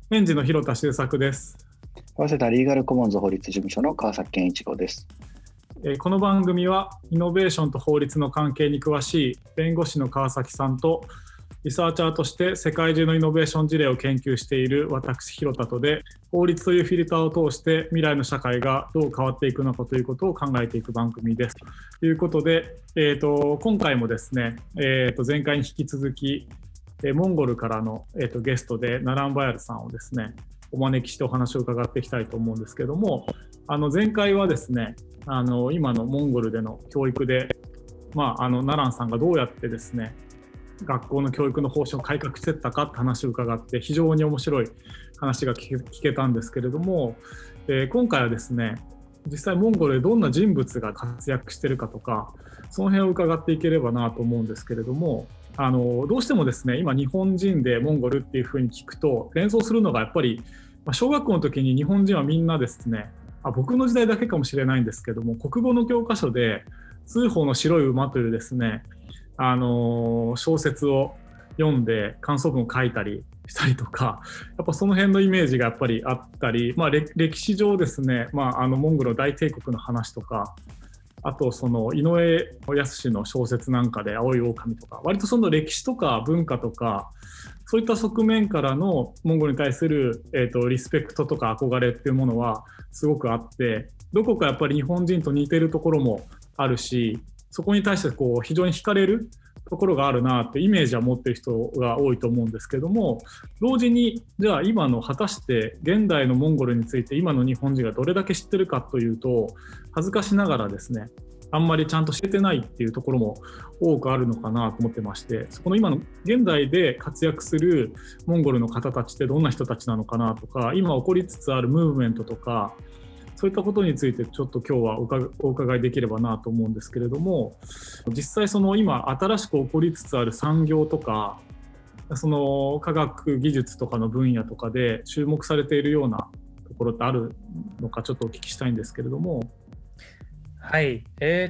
園児の広田修作です。 早稲田リーガルコモンズ法律事務所の川崎健一郎です。 この番組はイノベーションと法律の関係に詳しい弁護士の川崎さんとリサーチャーとして世界中のイノベーション事例を研究している私広田とで、法律というフィルターを通して未来の社会がどう変わっていくのかということを考えていく番組です。ということで、今回もですね、前回に引き続きモンゴルからの、ゲストでナランバヤルさんをですねお招きしてお話を伺っていきたいと思うんですけども、前回はですね今のモンゴルでの教育で、ナランさんがどうやってですね学校の教育の方針を改革していったかって話を伺って非常に面白い話が聞けたんですけれども、今回はですね実際モンゴルでどんな人物が活躍しているかとかその辺を伺っていければなと思うんですけれども、どうしてもですね今日本人でモンゴルっていうふうに聞くと連想するのがやっぱり小学校の時に日本人はみんなですね僕の時代だけかもしれないんですけども国語の教科書で通宝の白い馬というですね小説を読んで感想文を書いたりしたりとかやっぱその辺のイメージがやっぱりあったり、歴史上ですね、モンゴルの大帝国の話とかあとその井上靖の小説なんかで青い狼とか割とその歴史とか文化とかそういった側面からのモンゴルに対する、リスペクトとか憧れっていうものはすごくあってどこかやっぱり日本人と似てるところもあるしそこに対してこう非常に惹かれるところがあるなってイメージは持っている人が多いと思うんですけども同時にじゃあ今の果たして現代のモンゴルについて今の日本人がどれだけ知ってるかというと恥ずかしながらですねあんまりちゃんと知れてないっていうところも多くあるのかなと思ってましてそこの今の現代で活躍するモンゴルの方たちってどんな人たちなのかなとか今起こりつつあるムーブメントとかそういったことについてちょっと今日はお伺いできればなと思うんですけれども実際その今新しく起こりつつある産業とかその科学技術とかの分野とかで注目されているようなところってあるのかちょっとお聞きしたいんですけれども。 はい、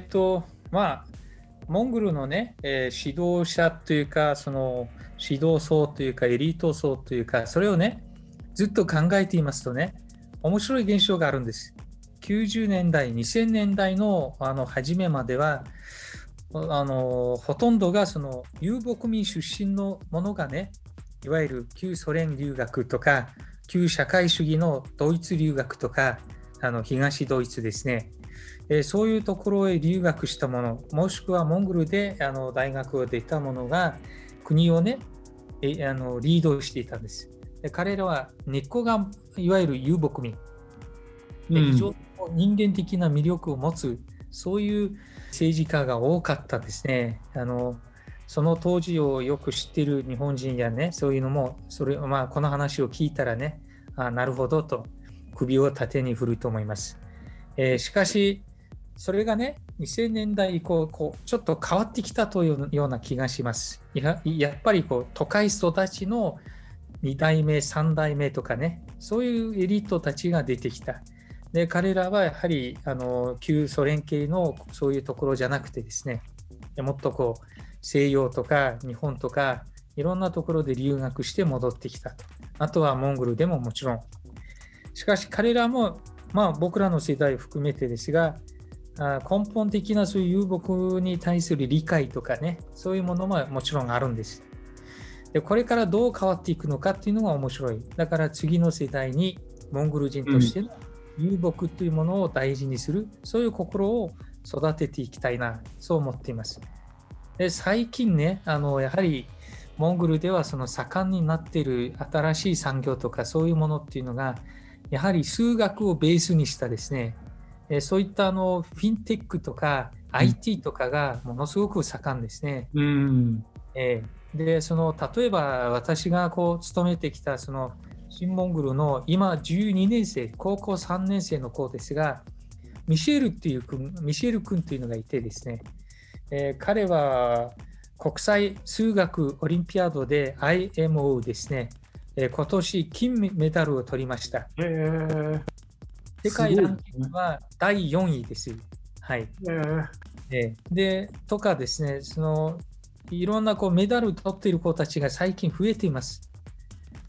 モンゴルのね、指導者というかその指導層というかエリート層というかそれをねずっと考えていますとね面白い現象があるんです。90年代、2000年代の初めまではほとんどがその遊牧民出身のものがねいわゆる旧ソ連留学とか旧社会主義のドイツ留学とか東ドイツですね、そういうところへ留学したものもしくはモンゴルで大学を出たものが国をねリードしていたんです。で彼らは根っこがいわゆる遊牧民で非常に人間的な魅力を持つそういう政治家が多かったですね。その当時をよく知っている日本人やねそういうのもこの話を聞いたらねなるほどと首を縦に振ると思います。しかしそれがね2000年代以降ちょっと変わってきたというような気がします。やっぱり都会育ちの2代目3代目とかねそういうエリートたちが出てきた。で彼らはやはり旧ソ連系のそういうところじゃなくてですねもっと西洋とか日本とかいろんなところで留学して戻ってきたと。あとはモンゴルでももちろん。しかし彼らも僕らの世代を含めてですが根本的なそういう遊牧に対する理解とかねそういうものももちろんあるんです。でこれからどう変わっていくのかっていうのが面白い。だから次の世代にモンゴル人としての遊牧というものを大事にする、そういう心を育てていきたいなそう思っています。で最近ねやはりモンゴルではその盛んになっている新しい産業とかそういうものっていうのがやはり数学をベースにしたですねそういったフィンテックとか IT とかがものすごく盛んですね。で例えば私が勤めてきたその新モンゴルの今12年生高校3年生の子ですがミシェル君というのがいてですね、彼は国際数学オリンピアードで IMO ですね、今年金メダルを取りました。世界ランキングは第4位です。はい。でとかですねいろんなメダルを取っている子たちが最近増えています。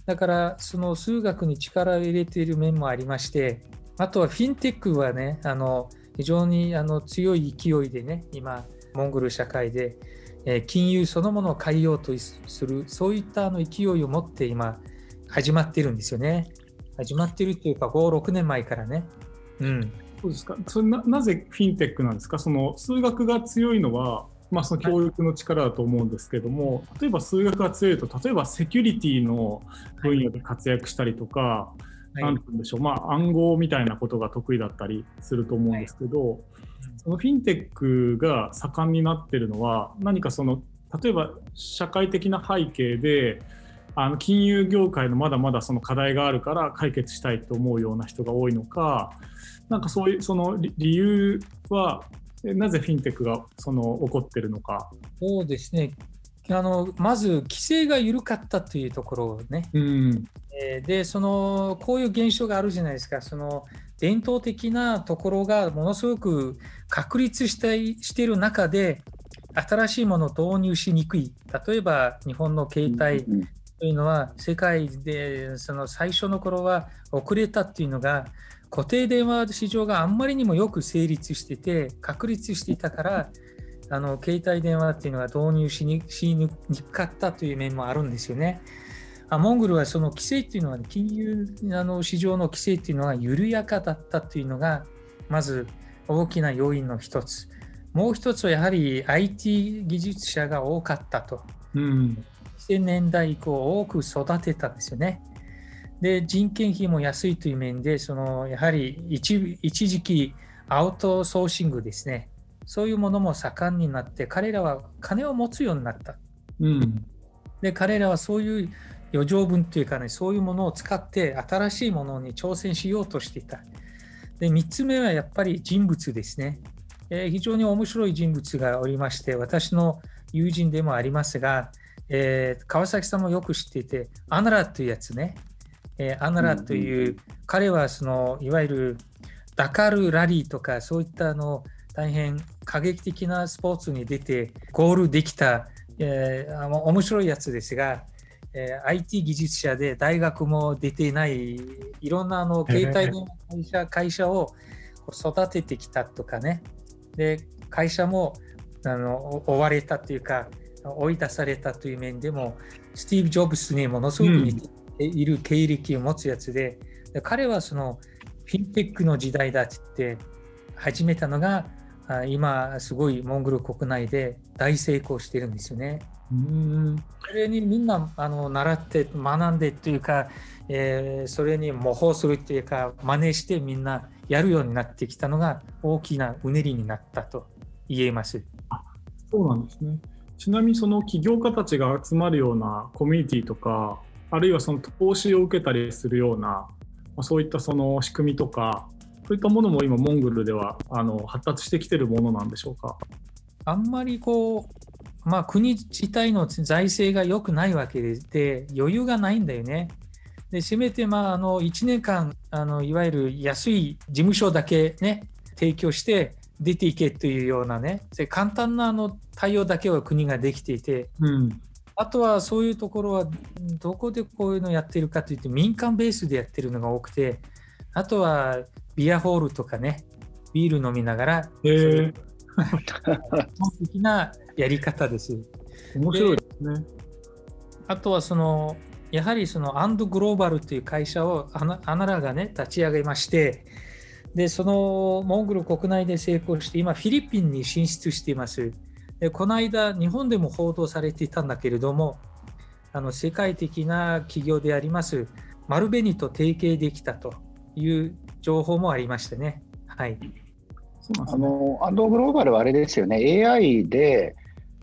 だからその数学に力を入れている面もありまして、あとはフィンテックはね、非常に強い勢いでね、今モンゴル社会で金融そのものを変えようとする、そういった勢いを持って今始まっているんですよね。始まっているというか、5、6年前からね。 そうですか。それ なぜフィンテックなんですか？その数学が強いのは、その教育の力だと思うんですけども、例えば数学が強いと、例えばセキュリティの分野で活躍したりとか、なんて言うんでしょう、暗号みたいなことが得意だったりすると思うんですけど、そのフィンテックが盛んになっているのは、何かその例えば社会的な背景で、金融業界のまだまだその課題があるから解決したいと思うような人が多いのか、なんかそういうその理由はなぜフィンテックが起こっているのか。 そうですね。まず規制が緩かったというところね。で、こういう現象があるじゃないですか。伝統的なところがものすごく確立している中で、新しいものを導入しにくい。例えば日本の携帯というのは世界で最初の頃は遅れたっていうのが、固定電話市場があんまりにもよく成立してて確立していたから、携帯電話っていうのが導入しにくかったという面もあるんですよね。モンゴルはその規制っていうのは、金融市場の規制っていうのは緩やかだったというのがまず大きな要因の一つ。もう一つはやはり IT 技術者が多かったと。2000年代以降多く育てたんですよね。で、人件費も安いという面で、やはり一時期アウトソーシングですね。そういうものも盛んになって、彼らは金を持つようになった。で、彼らはそういう余剰分というかね、そういうものを使って新しいものに挑戦しようとしていた。で、3つ目はやっぱり人物ですね。非常に面白い人物がおりまして、私の友人でもありますが、川崎さんもよく知っていて、アナラというやつね。アナラという、彼はいわゆるダカールラリーとかそういった大変過激的なスポーツに出てゴールできた、面白いやつですが、IT 技術者で大学も出ていないいろんな携帯の会社を育ててきたとかね。で、会社も追われたというか追い出されたという面でもスティーブ・ジョブズにものすごく似ている経歴を持つやつで、彼はフィンテックの時代だって始めたのが今すごいモンゴル国内で大成功しているんですよね。それにみんな習って学んでというか、それに模倣するというか真似してみんなやるようになってきたのが大きなうねりになったと言えます。 そうなんですね。ちなみに起業家たちが集まるようなコミュニティとか、あるいは投資を受けたりするような、そういった仕組みとか、そういったものも今モンゴルでは発達してきているものなんでしょうか？ あんまり国自体の財政が良くないわけで余裕がないんだよね。で、せめて1年間いわゆる安い事務所だけね提供して出ていけというようなね、簡単な対応だけは国ができていて、あとはそういうところはどこでこういうのをやってるかといって民間ベースでやってるのが多くて、あとはビアホールとかね、ビール飲みながら基本的なやり方です。 面白いですね。 あとはやはりアンドグローバルという会社をアナラがね立ち上げまして、でモンゴル国内で成功して今フィリピンに進出しています。で、この間日本でも報道されていたんだけれども、世界的な企業でありますマルベニと提携できたという情報もありましたね。はい。 アンドグローバルはあれですよね。AI で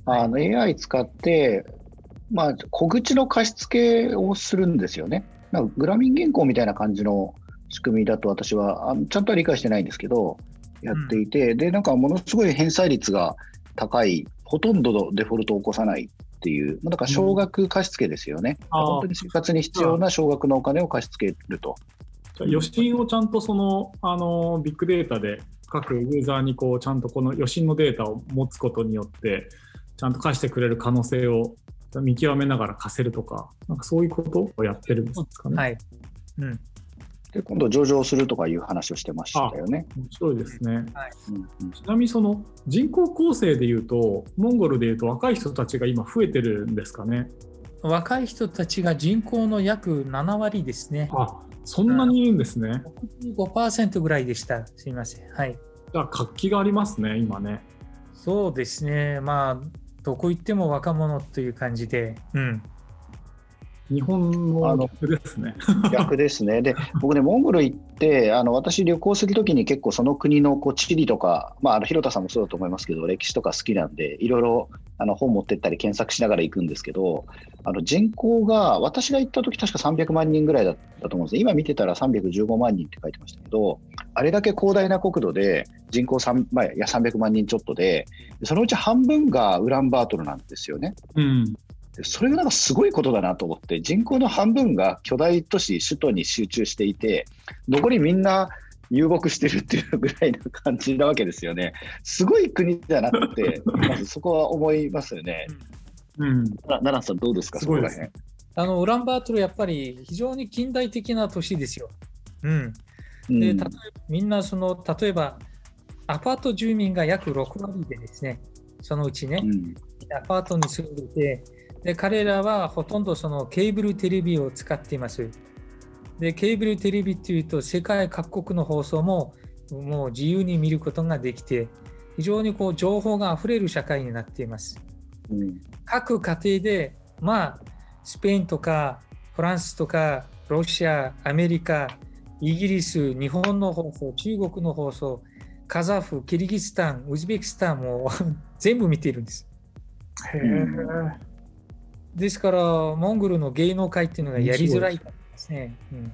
AI 使って小口の貸付をするんですよね。なんかグラミン銀行みたいな感じの仕組みだと私はちゃんとは理解してないんですけどやっていて、でなんかものすごい返済率が高い、ほとんどのデフォルトを起こさないっていう、だから少額貸付ですよね。本当に生活に必要な少額のお金を貸し付けると。 余震をちゃんとビッグデータで各ユーザーにちゃんとこの余震のデータを持つことによってちゃんと貸してくれる可能性を見極めながら貸せるとか、なんかそういうことをやってるんですかね。 はい。 で、今度上場するとかいう話をしてましたよね。 面白いですね。 はい。 ちなみにその人口構成でいうと、モンゴルでいうと若い人たちが今増えてるんですかね。 若い人たちが人口の約7割ですね。 そんなにいるんですね。 65% ぐらいでした。すみません。はい。 じゃあ活気がありますね、今ね。 そうですね。どこ行っても若者という感じで。 日本の逆ですね。 逆ですね。で、僕ね、モンゴル行って、私旅行するときに結構その国の地理とか、広田さんもそうだと思いますけど、歴史とか好きなんで、いろいろ本持ってったり検索しながら行くんですけど、人口が、私が行ったとき確か300万人ぐらいだったと思うんです。今見てたら315万人って書いてましたけど、あれだけ広大な国土で人口300万人ちょっとで、そのうち半分がウランバートルなんですよね。それがなんかすごいことだなと思って、人口の半分が巨大都市、首都に集中していて、残りみんな遊牧してるっていうぐらいの感じなわけですよね。すごい国だなって、まずそこは思いますよね。奈良さん、どうですか、そこら辺。 ウランバートル、やっぱり非常に近代的な都市ですよ。で、みんな例えば、アパート住民が約6割でですね、そのうちね、アパートに住んでて、で彼らはほとんどケーブルテレビを使っています。で、ケーブルテレビというと世界各国の放送ももう自由に見ることができて、非常に情報があふれる社会になっています。各家庭で、スペインとかフランスとかロシア、アメリカ、イギリス、日本の放送、中国の放送、カザフ、キルギスタン、ウズベキスタンも全部見ているんです。ですから、モンゴルの芸能界っていうのがやりづらいですね。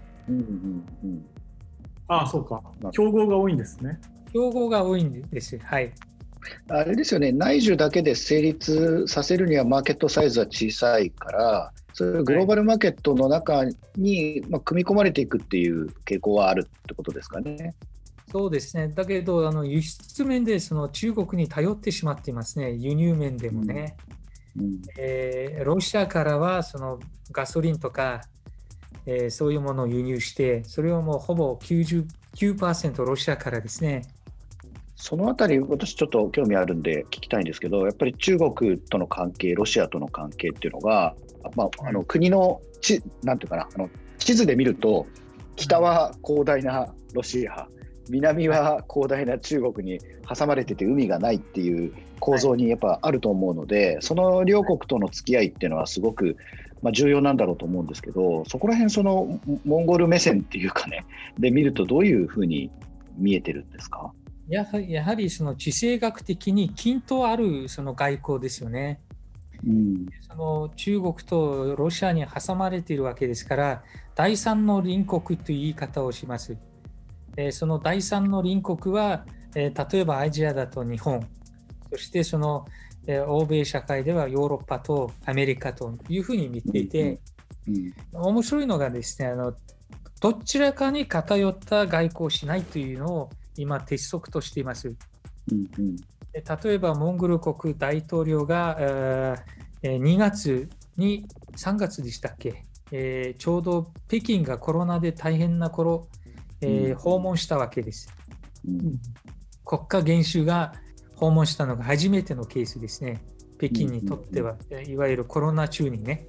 そうか。競合が多いんですね。 競合が多いんです。はい。 あれですよね、内需だけで成立させるにはマーケットサイズは小さいから、そういうグローバルマーケットの中に、組み込まれていくっていう傾向はあるってことですかね。 そうですね。だけど、輸出面で中国に頼ってしまっていますね。輸入面でもね。ロシアからはガソリンとか、そういうものを輸入して、それをもうほぼ 99% ロシアからですね。 そのあたり、私ちょっと興味あるんで聞きたいんですけど、やっぱり中国との関係、ロシアとの関係っていうのが、国のなんていうかな、地図で見ると、北は広大なロシア、南は広大な中国に挟まれてて海がないっていう構造にやっぱあると思うので、その両国との付き合いっていうのはすごく重要なんだろうと思うんですけど、そこら辺モンゴル目線っていうかね、で見るとどういうふうに見えてるんですか？ やはり地政学的に均等ある外交ですよね。中国とロシアに挟まれているわけですから、第三の隣国という言い方をします。その第三の隣国は、例えばアジアだと日本、そして欧米社会ではヨーロッパとアメリカというふうに見ていて、面白いのがですね、どちらかに偏った外交をしないというのを今鉄則としています。例えばモンゴル国大統領が2月に3月でしたっけ、ちょうど北京がコロナで大変な頃、訪問したわけです。国家元首が訪問したのが初めてのケースですね。北京にとっては、いわゆるコロナ中にね。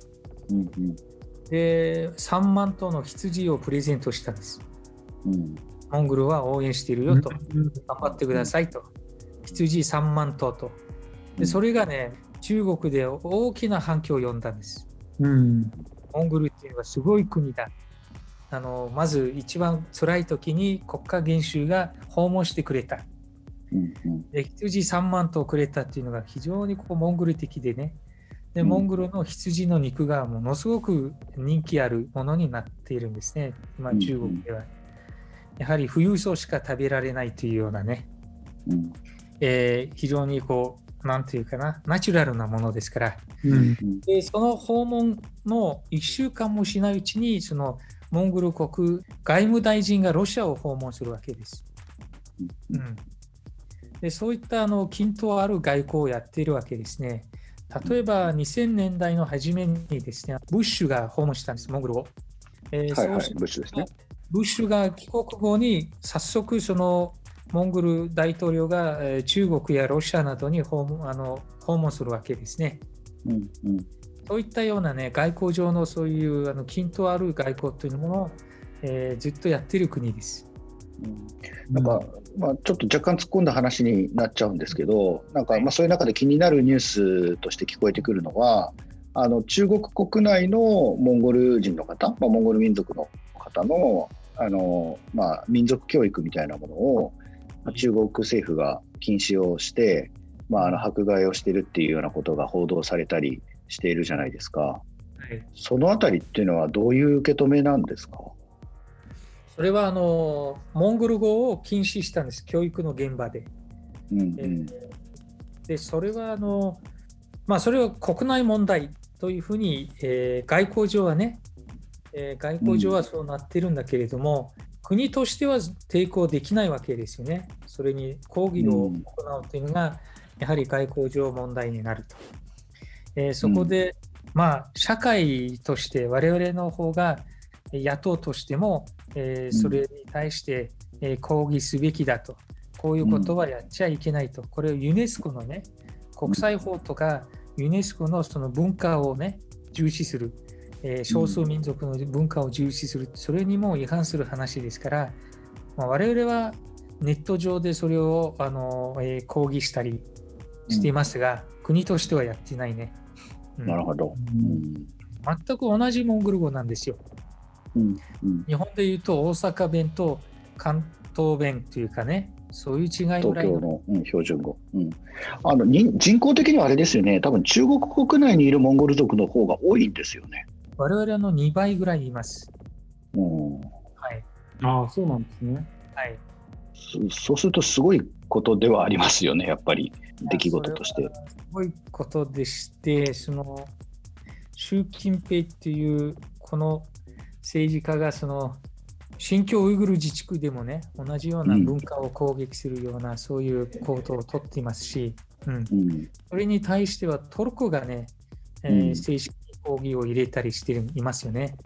で、3万頭の羊をプレゼントしたんです。モンゴルは応援しているよと、頑張ってくださいと。羊3万頭と。で、それがね、中国で大きな反響を呼んだんです。モンゴルっていうのはすごい国だ。まず一番辛い時に国家元首が訪問してくれた。で、羊3万頭くれたっていうのが非常にモンゴル的でね。で、モンゴルの羊の肉がものすごく人気あるものになっているんですね。今中国では。やはり富裕層しか食べられないというようなね。非常になんていうかな、ナチュラルなものですから。で、その訪問の1週間もしないうちに、モンゴル国外務大臣がロシアを訪問するわけです。で、そういった均等ある外交をやっているわけですね。 例えば2000年代の初めにですね、ブッシュが訪問したんです、モンゴルを。 はいはい、ブッシュですね。 ブッシュが帰国後に早速そのモンゴル大統領が中国やロシアなどに訪問するわけですね。そういったようなね、外交上のそういう均等ある外交というものを、ずっとやっている国です。 なんかちょっと若干突っ込んだ話になっちゃうんですけど、なんかそういう中で気になるニュースとして聞こえてくるのは、中国国内のモンゴル人の方、モンゴル民族の方の、民族教育みたいなものを中国政府が禁止をして、迫害をしているっていうようなことが報道されたりしているじゃないですか。はい、そのあたりっていうのはどういう受け止めなんですか？ それはモンゴル語を禁止したんです、教育の現場で。でそれはそれは国内問題というふうに、外交上はね、外交上はそうなっているんだけれども、国としては抵抗できないわけですよね。それに抗議を行うというのがやはり外交上問題になると。そこで、社会として我々の方が野党としても、それに対して、抗議すべきだと。こういうことはやっちゃいけないと。これをユネスコのね、国際法とかユネスコのその文化をね、重視する。少数民族の文化を重視する。それにも違反する話ですから、我々はネット上でそれを抗議したりしていますが、国としてはやってないね。 なるほど。 全く同じモンゴル語なんですよ。日本でいうと大阪弁と関東弁というかね、そういう違いぐらいの。 東京の、標準語。人口的にはあれですよね、多分中国国内にいるモンゴル族の方が多いんですよね。 我々の2倍ぐらいいます。 はい。ああ、そうなんですね。 はい。 そうするとすごいことではありますよね、やっぱり出来事として。すごいことでして、習近平っていうこの政治家が新疆ウイグル自治区でもね、同じような文化を攻撃するような、そういう行動をとっていますし、それに対してはトルコがね、正式に抗議を入れたりしていますよね。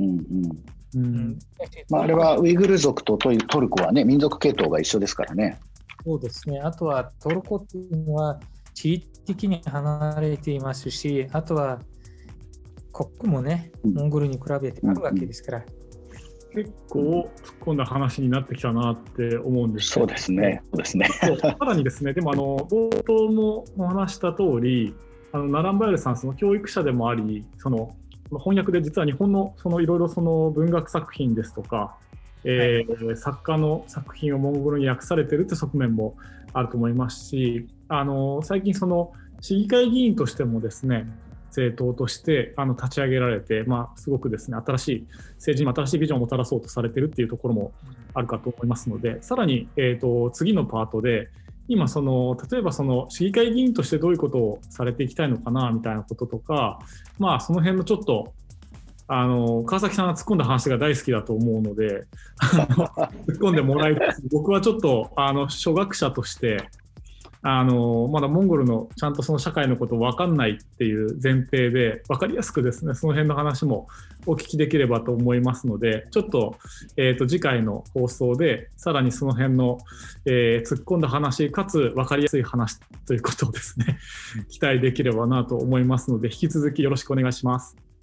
あれはウイグル族とトルコはね、民族系統が一緒ですからね。 そうですね。あとはトルコっていうのは地理的に離れていますし、あとは国もね、モンゴルに比べてあるわけですから。 結構突っ込んだ話になってきたなって思うんですけど。 そうですね。 さらにですね、でも冒頭もお話した通り、ナランバヤルさん、その教育者でもあり、翻訳で実は日本のいろいろ文学作品ですとか、作家の作品をモンゴルに訳されているという側面もあると思いますし、最近市議会議員としてもですね、政党として立ち上げられて、すごくですね、新しい政治に新しいビジョンをもたらそうとされているというところもあるかと思いますので、さらに、次のパートで今例えば市議会議員としてどういうことをされていきたいのかなみたいなこととか、その辺のちょっと川崎さんが突っ込んだ話が大好きだと思うので突っ込んでもらいつつ、僕はちょっと初学者としてまだモンゴルのちゃんと社会のこと分かんないっていう前提で分かりやすくですね、その辺の話もお聞きできればと思いますので、ちょっと、次回の放送でさらにその辺の、突っ込んだ話かつ分かりやすい話ということをですね期待できればなと思いますので、引き続きよろしくお願いします。